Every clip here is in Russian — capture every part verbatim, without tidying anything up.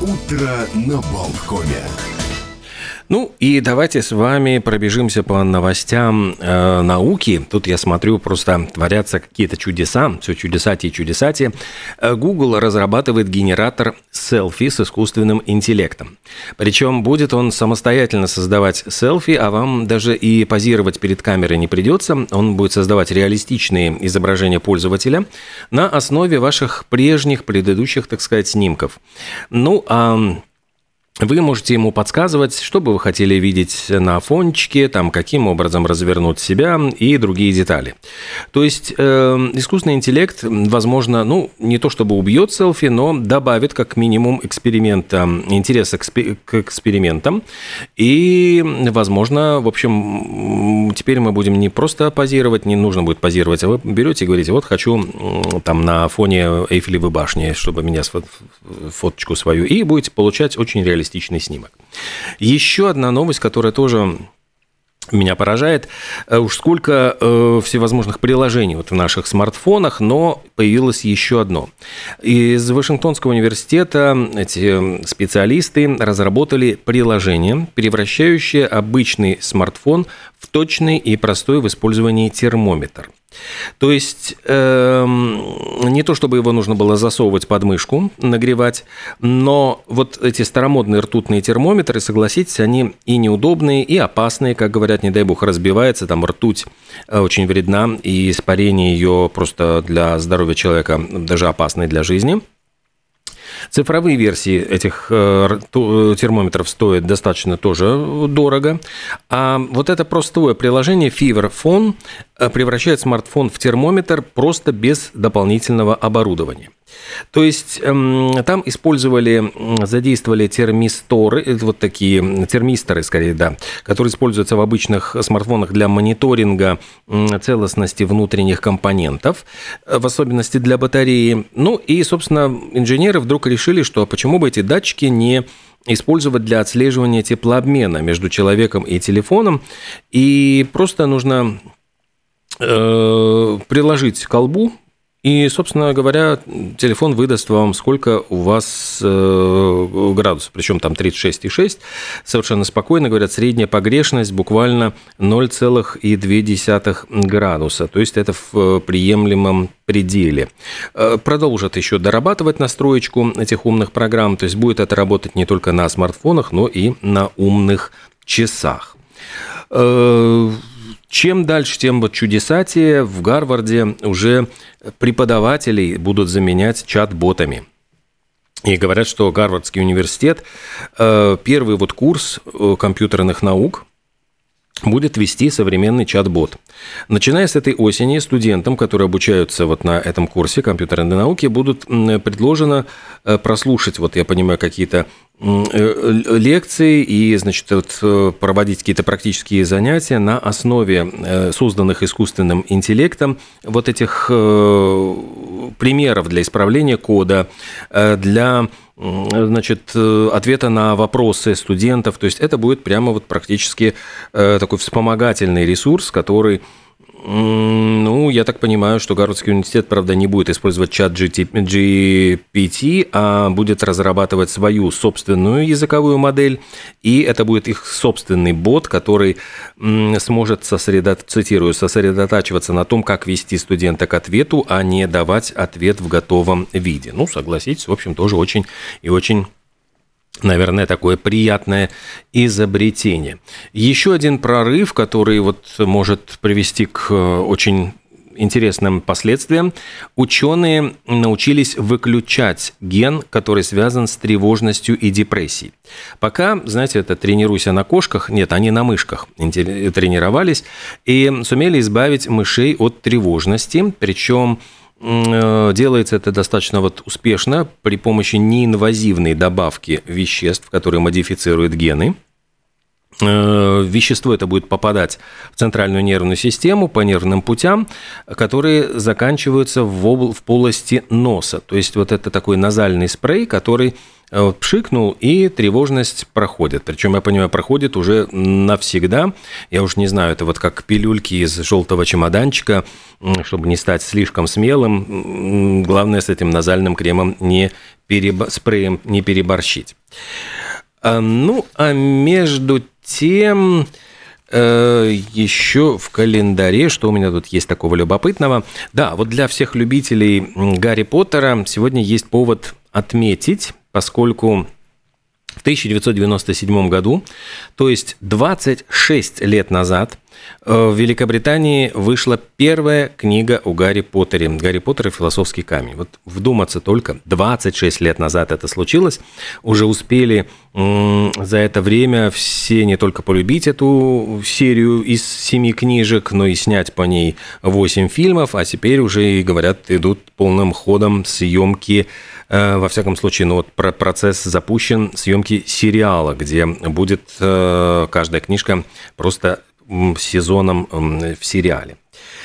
Утро на балконе. Ну и давайте с вами пробежимся по новостям э, науки. Тут я смотрю, просто творятся какие-то чудеса, все чудесати и чудесати. Google разрабатывает генератор селфи с искусственным интеллектом. Причем будет он самостоятельно создавать селфи, а вам даже и позировать перед камерой не придется. Он будет создавать реалистичные изображения пользователя на основе ваших прежних, предыдущих, так сказать, снимков. Ну, а... Вы можете ему подсказывать, что бы вы хотели видеть на фончике, там, каким образом развернуть себя и другие детали. То есть э, искусственный интеллект, возможно, ну, не то чтобы убьет селфи, но добавит как минимум эксперимента, интереса к, к экспериментам. И, возможно, в общем, теперь мы будем не просто позировать, не нужно будет позировать, а вы берете и говорите, вот хочу там на фоне Эйфелевой башни, чтобы меня фоточку свою, и будете получать очень реалистично. Реалистичный снимок. Еще одна новость, которая тоже меня поражает. Уж сколько э, всевозможных приложений вот в наших смартфонах, но появилось еще одно. Из Вашингтонского университета эти специалисты разработали приложение, превращающее обычный смартфон в точный и простой в использовании термометр. То есть э, не то, чтобы его нужно было засовывать под мышку, нагревать, но вот эти старомодные ртутные термометры, согласитесь, они и неудобные, и опасные, как говорят, не дай бог, разбивается, там ртуть очень вредна, и испарение ее просто для здоровья человека даже опасное для жизни. Цифровые версии этих термометров стоят достаточно тоже дорого. А вот это простое приложение Fever Phone превращает смартфон в термометр просто без дополнительного оборудования. То есть там использовали, задействовали термисторы, вот такие термисторы, скорее, да, которые используются в обычных смартфонах для мониторинга целостности внутренних компонентов, в особенности для батареи. Ну и, собственно, инженеры вдруг решили, что почему бы эти датчики не использовать для отслеживания теплообмена между человеком и телефоном, и просто нужно э, приложить к колбу. И, собственно говоря, телефон выдаст вам, сколько у вас э, градусов, причем там тридцать шесть и шесть, совершенно спокойно говорят, средняя погрешность буквально ноль целых две десятых градуса, то есть это в приемлемом пределе. Продолжат еще дорабатывать настроечку этих умных программ, то есть будет это работать не только на смартфонах, но и на умных часах. Чем дальше, тем вот чудесатее. В Гарварде уже преподавателей будут заменять чат-ботами. И говорят, что Гарвардский университет первый вот курс компьютерных наук будет вести современный чат-бот. Начиная с этой осени студентам, которые обучаются вот на этом курсе компьютерной науки, будут предложено прослушать, вот я понимаю, какие-то лекции и, значит, вот, проводить какие-то практические занятия на основе созданных искусственным интеллектом вот этих примеров для исправления кода, для, значит, ответа на вопросы студентов. То есть это будет прямо вот практически такой вспомогательный ресурс, который, ну, я так понимаю, что Гарвардский университет, правда, не будет использовать чат джи пи ти, а будет разрабатывать свою собственную языковую модель, и это будет их собственный бот, который сможет, сосредо... цитирую, сосредотачиваться на том, как вести студента к ответу, а не давать ответ в готовом виде. Ну, согласитесь, в общем, тоже очень и очень... Наверное, такое приятное изобретение. Еще один прорыв, который вот может привести к очень интересным последствиям. Ученые научились выключать ген, который связан с тревожностью и депрессией. Пока, знаете, это тренируйся на кошках, нет, они на мышках тренировались и сумели избавить мышей от тревожности, причем делается это достаточно вот успешно при помощи неинвазивной добавки веществ, которые модифицируют гены. Вещество это будет попадать в центральную нервную систему по нервным путям, которые заканчиваются в, обл- в полости носа. То есть вот это такой назальный спрей, который вот, пшикнул, и тревожность проходит. Причем, я понимаю, проходит уже навсегда. Я уж не знаю, это вот как пилюльки из желтого чемоданчика, чтобы не стать слишком смелым. Главное с этим назальным кремом не переб... спреем не переборщить. Ну, а между тем... Еще в календаре, что у меня тут есть такого любопытного. Да, вот для всех любителей Гарри Поттера сегодня есть повод отметить, поскольку в тысяча девятьсот девяносто седьмом году, то есть двадцать шесть лет назад, в Великобритании вышла первая книга о Гарри Поттере «Гарри Поттер и философский камень». Вот вдуматься только, двадцать шесть лет назад это случилось. Уже успели м- за это время все не только полюбить эту серию из семи книжек, но и снять по ней восемь фильмов, а теперь уже, говорят, идут полным ходом съемки. Во всяком случае, ну вот процесс запущен, съемки сериала, где будет каждая книжка просто сезоном в сериале.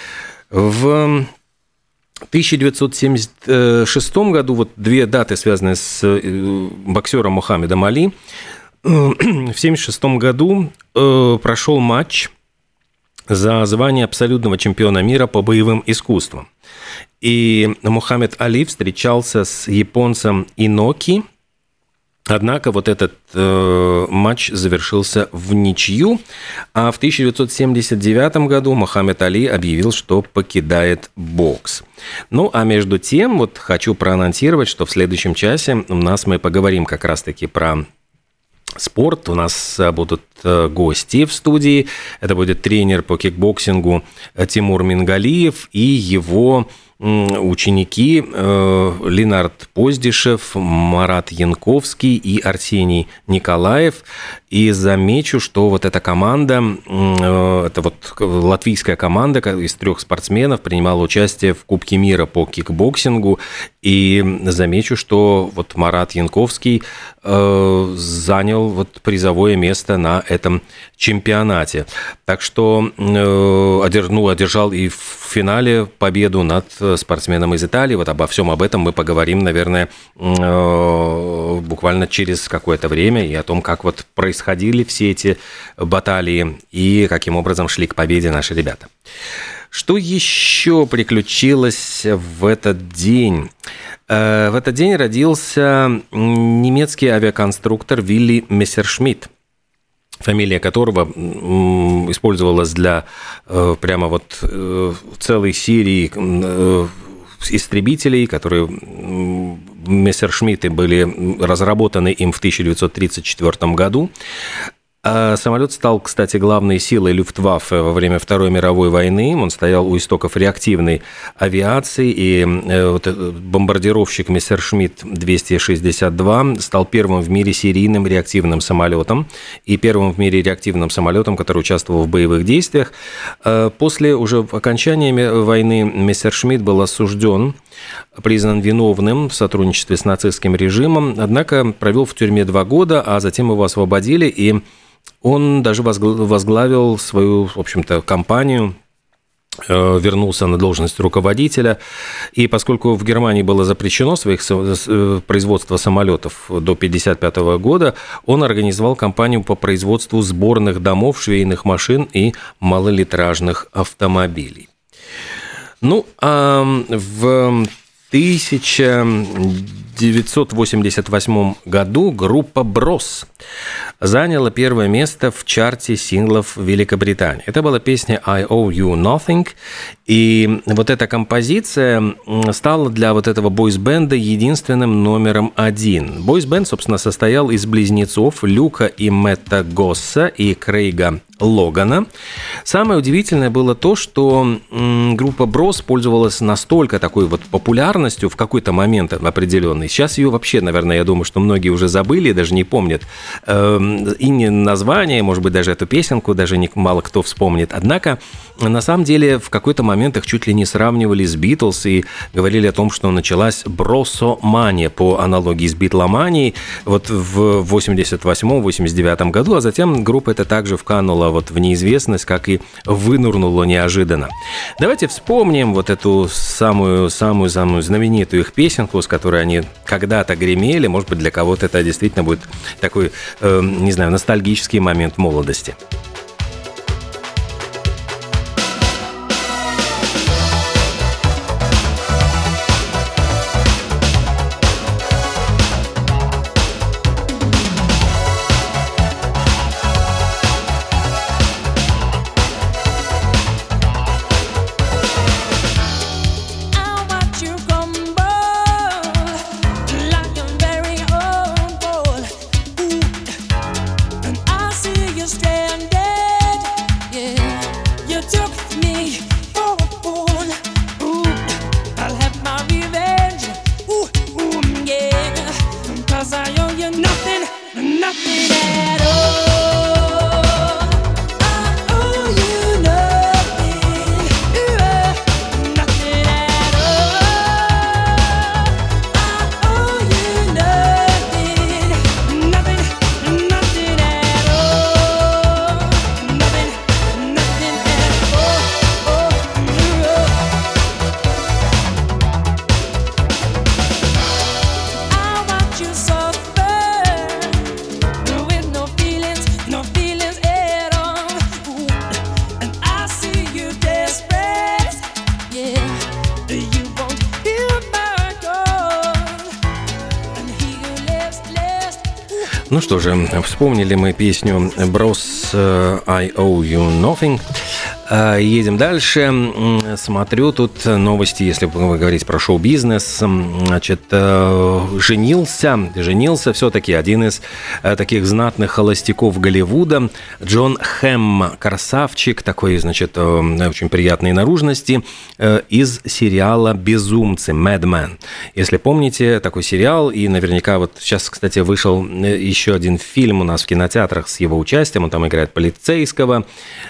В тысяча девятьсот семьдесят шестом году, вот две даты, связанные с боксером Мухаммедом Али, в семьдесят шестом году прошел матч за звание абсолютного чемпиона мира по боевым искусствам. И Мухаммед Али встречался с японцем Иноки. Однако вот этот э, матч завершился в ничью, а в тысяча девятьсот семьдесят девятом году Мухаммед Али объявил, что покидает бокс. Ну, а между тем, вот хочу проанонсировать, что в следующем часе у нас мы поговорим как раз-таки про спорт. У нас будут гости в студии. Это будет тренер по кикбоксингу Тимур Мингалиев и его ученики Ленард Поздишев, Марат Янковский и Арсений Николаев. И замечу, что вот эта команда, это вот латвийская команда из трех спортсменов принимала участие в Кубке мира по кикбоксингу. И замечу, что вот Марат Янковский занял вот призовое место на этом чемпионате. Так что ну, одержал и в финале победу над спортсменом из Италии. Вот обо всем об этом мы поговорим, наверное, буквально через какое-то время, и о том, как вот происходили все эти баталии и каким образом шли к победе наши ребята. Что еще приключилось в этот день? В этот день родился немецкий авиаконструктор Вилли Мессершмитт, фамилия которого использовалась для прямо вот целой серии истребителей, которые Мессершмитты были разработаны им в тысяча девятьсот тридцать четвёртом году. А самолет стал, кстати, главной силой Люфтваффе во время Второй мировой войны. Он стоял у истоков реактивной авиации, и вот бомбардировщик Мессершмитт двести шестьдесят два стал первым в мире серийным реактивным самолетом и первым в мире реактивным самолетом, который участвовал в боевых действиях. После уже окончания войны Мессершмитт был осужден, признан виновным в сотрудничестве с нацистским режимом, однако провел в тюрьме два года, а затем его освободили, и он даже возглавил свою, в общем-то, компанию, вернулся на должность руководителя, и поскольку в Германии было запрещено своих производство самолетов до тысяча девятьсот пятьдесят пятого года, он организовал компанию по производству сборных домов, швейных машин и малолитражных автомобилей. Ну, а в тысяча девятьсот восемьдесят восьмом году группа Bros заняла первое место в чарте синглов Великобритании. Это была песня «I Owe You Nothing», и вот эта композиция стала для вот этого бойс-бенда единственным номером один. Бойс-бенд, собственно, состоял из близнецов Люка и Мэтта Госса и Крейга Логана. Самое удивительное было то, что группа Bros пользовалась настолько такой вот популярностью в какой-то момент определенный. Сейчас ее вообще, наверное, я думаю, что многие уже забыли, даже не помнят. И не название, может быть, даже эту песенку, даже не, мало кто вспомнит. Однако, на самом деле, в какой-то момент их чуть ли не сравнивали с Битлз и говорили о том, что началась бросомания по аналогии с битломанией вот в восемьдесят восьмом — восемьдесят девятом году, а затем группа эта также вканула вот в неизвестность, как и вынурнула неожиданно. Давайте вспомним вот эту самую-самую-самую знаменитую их песенку, с которой они когда-то гремели. Может быть, для кого-то это действительно будет такой, э, не знаю, ностальгический момент молодости. Ну что же, вспомнили мы песню «Bros, I Owe You Nothing». Едем дальше. Смотрю тут новости, если вы говорите про шоу-бизнес. Значит, женился, женился все-таки один из таких знатных холостяков Голливуда. Джон Хэм, красавчик, такой, значит, очень приятной наружности, из сериала «Безумцы», «Mad Men». Если помните, такой сериал, и наверняка вот сейчас, кстати, вышел еще один фильм у нас в кинотеатрах с его участием, он там играет полицейского.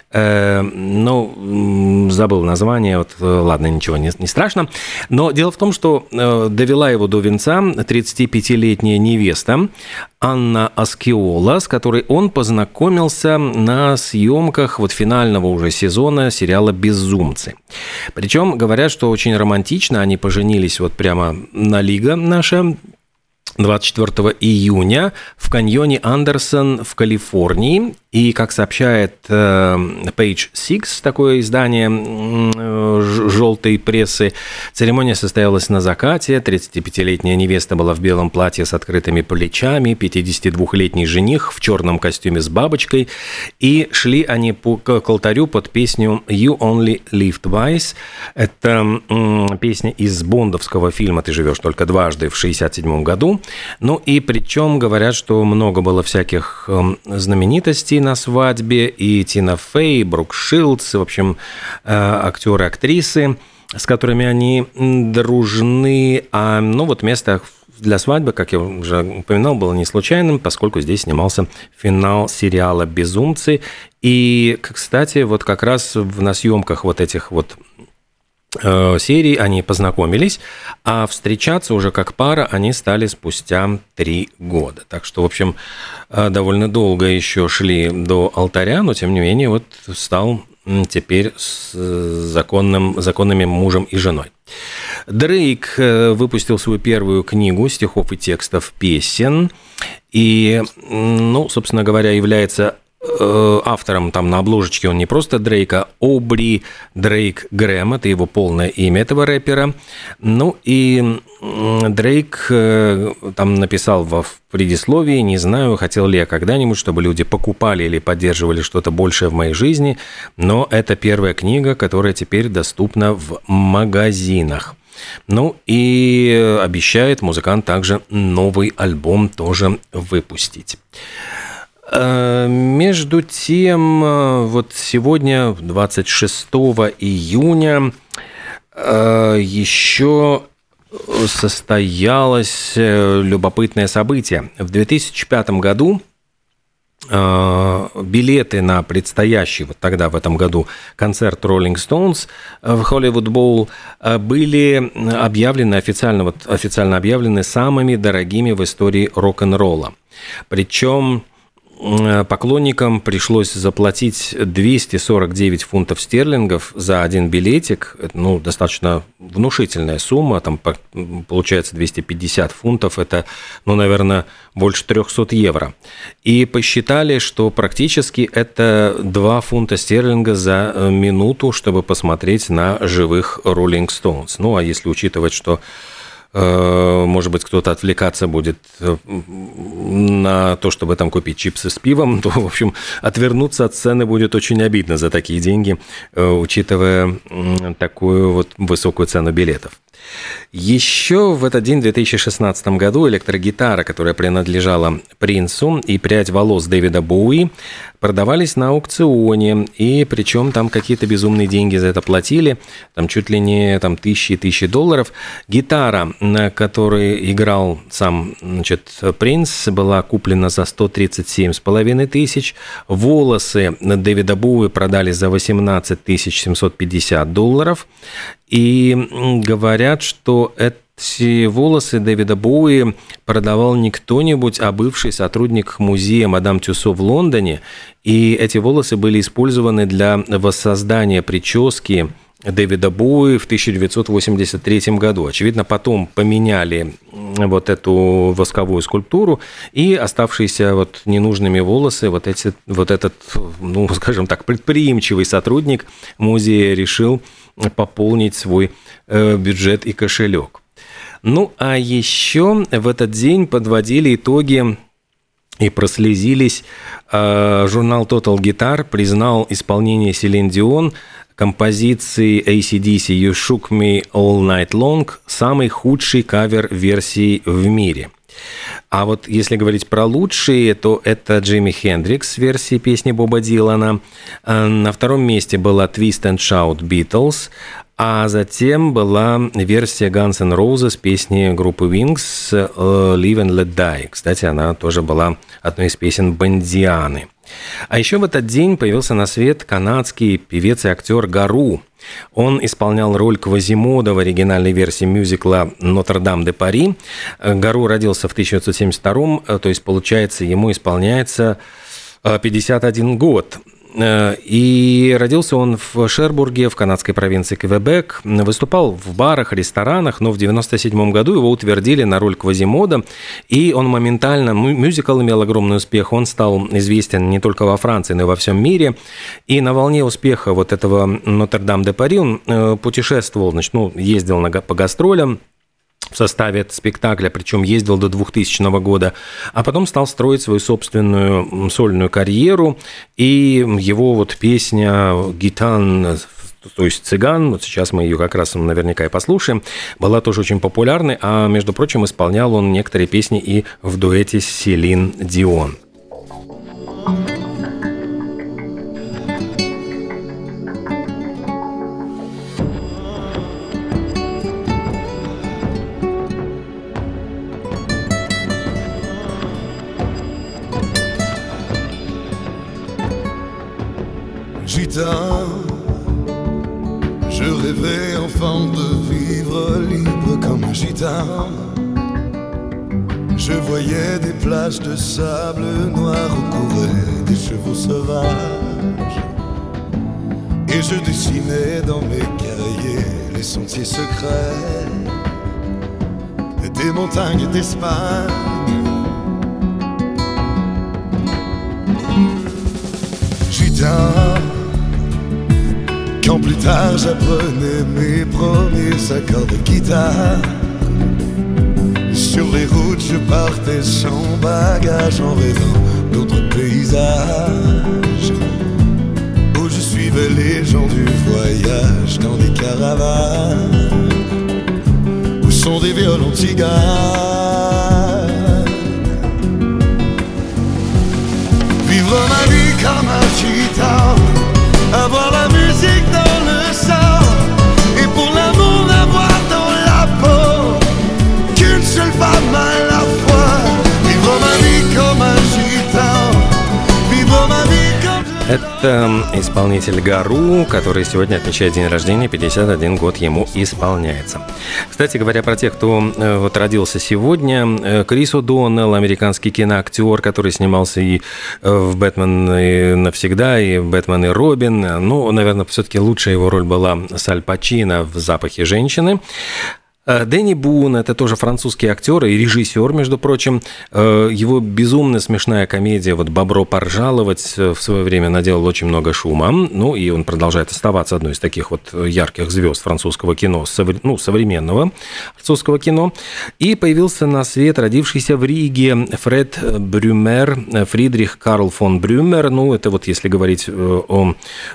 Ну, забыл название, вот, ладно, ничего, не, не страшно. Но дело в том, что довела его до венца тридцатипятилетняя невеста Анна Аскиола, с которой он познакомился на съемках вот финального уже сезона сериала «Безумцы». Причем говорят, что очень романтично, они поженились вот прямо на Лига наша, двадцать четвёртого июня в каньоне Андерсон в Калифорнии. И, как сообщает э, Page Six, такое издание э, желтой прессы, церемония состоялась на закате. тридцатипятилетняя невеста была в белом платье с открытыми плечами, пятидесятидвухлетний жених в черном костюме с бабочкой. И шли они по, к алтарю под песню «You Only Live Twice». Это э, песня из бондовского фильма «Ты живешь только дважды» в шестьдесят седьмом году. Ну и причем говорят, что много было всяких э, знаменитостей на свадьбе, и Тина Фей, Брук Шилдс, в общем, актеры, актрисы, с которыми они дружны. А, ну, вот место для свадьбы, как я уже упоминал, было не случайным, поскольку здесь снимался финал сериала «Безумцы». И, кстати, вот как раз на съемках вот этих вот серий они познакомились, а встречаться уже как пара они стали спустя три года. Так что, в общем, довольно долго еще шли до алтаря, но, тем не менее, вот стал теперь с законным, законными мужем и женой. Дрейк выпустил свою первую книгу стихов и текстов песен, и, ну, собственно говоря, является автором, там на обложечке он не просто Дрейк, а Обри Дрейк Грэм, это его полное имя этого рэпера. Ну и Дрейк там написал в предисловии: «Не знаю, хотел ли я когда-нибудь, чтобы люди покупали или поддерживали что-то большее в моей жизни, но это первая книга, которая теперь доступна в магазинах». Ну и обещает музыкант также новый альбом тоже выпустить. Между тем, вот сегодня, двадцать шестого июня, еще состоялось любопытное событие. В две тысячи пятом году билеты на предстоящий, вот тогда в этом году, концерт Rolling Stones в Hollywood Bowl были объявлены, официально, вот, официально объявлены самыми дорогими в истории рок-н-ролла. Причем поклонникам пришлось заплатить двести сорок девять фунтов стерлингов за один билетик. Ну, достаточно внушительная сумма, там получается двести пятьдесят фунтов, это, ну, наверное, больше триста евро. И посчитали, что практически это два фунта стерлинга за минуту, чтобы посмотреть на живых Rolling Stones. Ну, а если учитывать, что может быть, кто-то отвлекаться будет на то, чтобы там купить чипсы с пивом, то, в общем, отвернуться от сцены будет очень обидно за такие деньги, учитывая такую вот высокую цену билетов. Еще в этот день, в две тысячи шестнадцатом году, электрогитара, которая принадлежала Принцу, и прядь волос Дэвида Боуи продавались на аукционе, и причем там какие-то безумные деньги за это платили, там чуть ли не там, тысячи и тысячи долларов. Гитара, на которой играл сам, значит, Принц, была куплена за сто тридцать семь с половиной тысяч. Волосы Дэвида Боуи продали за восемнадцать тысяч семьсот пятьдесят долларов. И говорят, что эти волосы Дэвида Боуи продавал не кто-нибудь, а бывший сотрудник музея Мадам Тюссо в Лондоне. И эти волосы были использованы для воссоздания прически Дэвида Боуи в тысяча девятьсот восемьдесят третьем году. Очевидно, потом поменяли вот эту восковую скульптуру, и оставшиеся вот ненужными волосы, вот, эти, вот этот, ну, скажем так, предприимчивый сотрудник музея решил пополнить свой э, бюджет и кошелек. Ну, а еще в этот день подводили итоги и прослезились. Э, журнал Total Guitar признал исполнение Селин Дион композиции эй си ди си «You Shook Me All Night Long» самой худшей кавер-версией в мире. А вот если говорить про лучшие, то это Джимми Хендрикс с версией песни Боба Дилана. На втором месте была Twist and Shout Beatles, а затем была версия Guns N' Roses песни группы Wings Live and Let Die. Кстати, она тоже была одной из песен Бондианы. А еще в этот день появился на свет канадский певец и актер Гару. Он исполнял роль Квазимода в оригинальной версии мюзикла «Нотр-Дам-де-Пари». Гару родился в тысяча девятьсот семьдесят втором, то есть, получается, ему исполняется пятьдесят один год. И родился он в Шербурге, в канадской провинции Квебек. Выступал в барах, ресторанах, но в девяносто седьмом году его утвердили на роль Квазимода, и он моментально, мюзикл имел огромный успех, он стал известен не только во Франции, но и во всем мире. И на волне успеха вот этого «Нотр-Дам-де-Пари» он путешествовал, значит, ну, ездил по гастролям в составе спектакля, причем ездил до двухтысячного года, а потом стал строить свою собственную сольную карьеру, и его вот песня «Гитан», то есть «Цыган», вот сейчас мы ее как раз наверняка и послушаем, была тоже очень популярной, а, между прочим, исполнял он некоторые песни и в дуэте с Селин Дион. Gitan, je rêvais enfant de vivre libre comme un gitan. Je voyais des plages de sable noir où couraient des chevaux sauvages. Et je dessinais dans mes cahiers les sentiers secrets des montagnes d'Espagne. Gitan, quand plus tard j'apprenais mes premiers accords de guitare, sur les routes je partais sans bagage en rêvant d'autres paysages, où je suivais les gens du voyage dans des caravanes, où sont des violons tiganes. Vivre ma vie comme un gitan, avoir la musique dans le sang, et pour l'amour n'avoir dans la peau qu'une seule femme à la fois. Vivre ma vie comme un gitan, vivre ma vie comme je Это исполнитель Гару, который сегодня отмечает день рождения, пятьдесят один год ему исполняется. Кстати говоря, про тех, кто вот родился сегодня, Крис О'Доннелл, американский киноактер, который снимался и в «Бэтмен и навсегда», и в «Бэтмен и Робин». Ну, наверное, все-таки лучшая его роль была с Аль Пачино в «Запахе женщины». Дэнни Бун – это тоже французский актер и режиссер, между прочим. Его безумно смешная комедия вот «Бобро поржаловать» в свое время наделала очень много шума. Ну, и он продолжает оставаться одной из таких вот ярких звезд французского кино, ну, современного французского кино. И появился на свет родившийся в Риге Фред Брюмер, Фридрих Карл фон Брюмер. Ну, это вот если говорить о,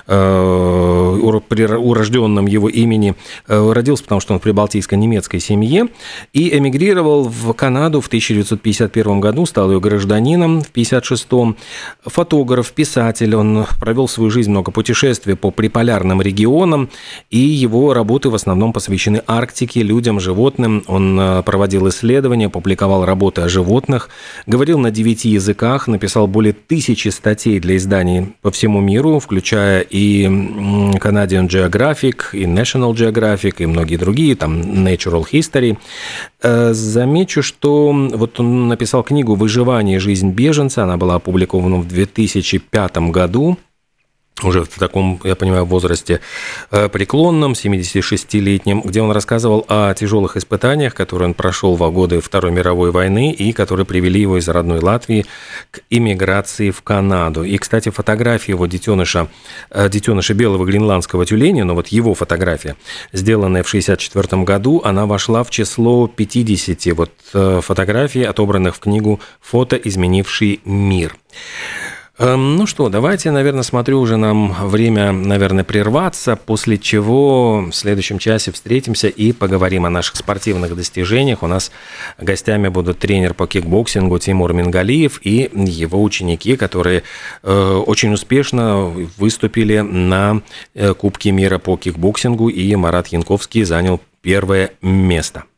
о урожденном его имени. Родился, потому что он в прибалтийско-немецком семье и эмигрировал в Канаду в тысяча девятьсот пятьдесят первом году, стал ее гражданином в пятьдесят шестом. Фотограф, писатель, он провел свою жизнь много путешествий по приполярным регионам, и его работы в основном посвящены Арктике, людям, животным. Он проводил исследования, публиковал работы о животных, говорил на девяти языках, написал более тысячи статей для изданий по всему миру, включая и Canadian Geographic, и National Geographic, и многие другие, там Nature History. Замечу, что вот он написал книгу «Выживание. Жизнь беженца». Она была опубликована в две тысячи пятом году. Уже в таком, я понимаю, возрасте преклонном, семидесятишестилетнем, где он рассказывал о тяжелых испытаниях, которые он прошел во годы Второй мировой войны и которые привели его из родной Латвии к иммиграции в Канаду. И, кстати, фотография его детеныша, детеныша белого гренландского тюленя, но вот его фотография, сделанная в шестьдесят четвёртом году, она вошла в число пятидесяти вот фотографий, отобранных в книгу «Фото, изменивший мир». Ну что, давайте, наверное, смотрю, уже нам время, наверное, прерваться, после чего в следующем часе встретимся и поговорим о наших спортивных достижениях. У нас гостями будут тренер по кикбоксингу Тимур Мингалиев и его ученики, которые очень успешно выступили на Кубке мира по кикбоксингу, и Марат Янковский занял первое место.